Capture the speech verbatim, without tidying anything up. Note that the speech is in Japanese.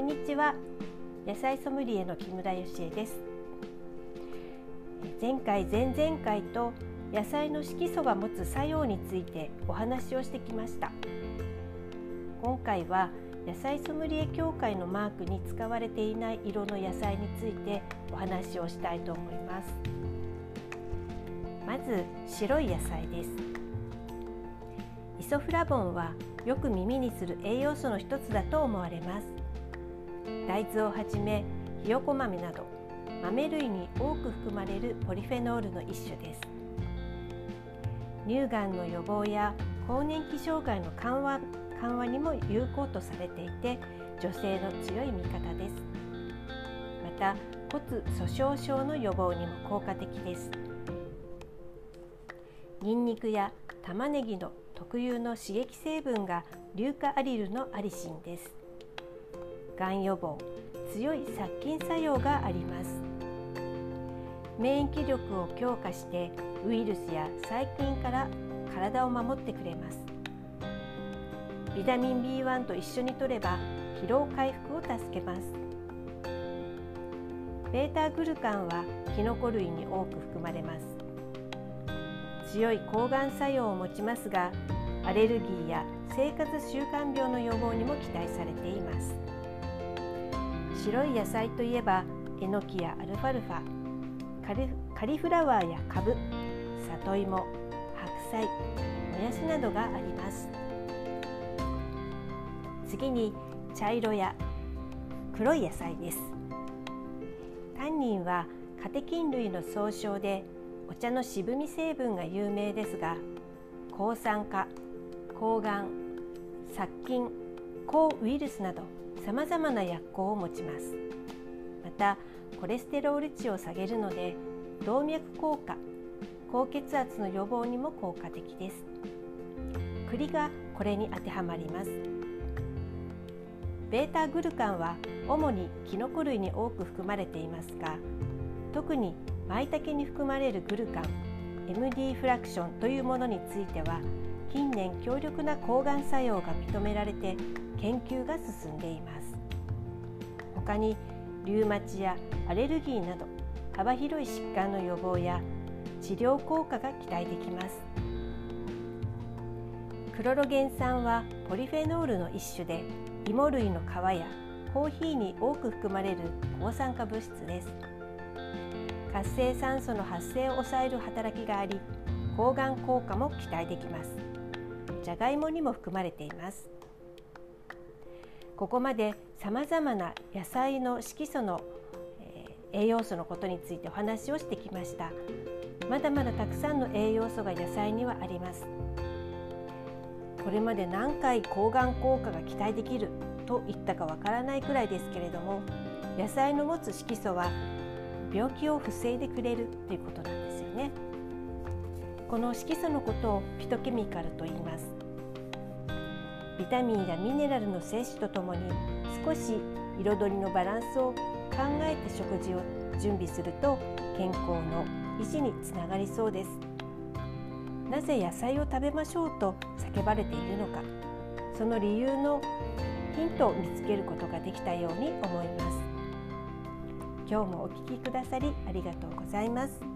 んにちは。野菜ソムリエの木村芳恵です。前回前々回と野菜の色素が持つ作用についてお話をしてきました。今回は野菜ソムリエ協会のマークに使われていない色の野菜についてお話をしたいと思います。まず白い野菜です。イソフラボンはよく耳にする栄養素の一つだと思われます。大豆をはじめひよこ豆など豆類に多く含まれるポリフェノールの一種です。乳がんの予防や更年期障害の緩和、緩和にも有効とされていて、女性の強い味方です。また骨粗しょう症の予防にも効果的です。ニンニクや玉ねぎの特有の刺激成分が硫化アリルのアリシンです。がん予防、強い殺菌作用があります。免疫力を強化してウイルスや細菌から体を守ってくれます。ビタミン ビーワン と一緒に摂れば疲労回復を助けます。ベータグルカンはキノコ類に多く含まれます。強い抗がん作用を持ちますが、アレルギーや生活習慣病の予防にも期待されています。白い野菜といえばえのきやアルファルファ、カリ、カリフラワーやカブ、里芋、白菜、もやしなどがあります。次に茶色や黒い野菜です。タンニンはカテキン類の総称でお茶の渋み成分が有名ですが、抗酸化、抗がん、殺菌、抗ウイルスなどさまざまな薬効を持ちます。またコレステロール値を下げるので動脈硬化、高血圧の予防にも効果的です。栗がこれに当てはまります。ベータグルカンは主にキノコ類に多く含まれていますが、特に舞茸に含まれるグルカン エムディー フラクションというものについては近年強力な抗がん作用が認められて研究が進んでいます。他にリウマチやアレルギーなど幅広い疾患の予防や治療効果が期待できます。クロロゲン酸はポリフェノールの一種で、芋類の皮やコーヒーに多く含まれる抗酸化物質です。活性酸素の発生を抑える働きがあり、抗がん効果も期待できます。じゃがいもにも含まれています。ここまでさまざまな野菜の色素の、えー、栄養素のことについてお話をしてきました。まだまだたくさんの栄養素が野菜にはあります。これまで何回抗がん効果が期待できると言ったかわからないくらいですけれども、野菜の持つ色素は病気を防いでくれるということなんですよね。この色素のことをフィトケミカルと言います。ビタミンやミネラルの摂取とともに少し彩りのバランスを考えて食事を準備すると健康の維持につながりそうです。なぜ野菜を食べましょうと叫ばれているのか、その理由のヒントを見つけることができたように思います。今日もお聞きくださりありがとうございます。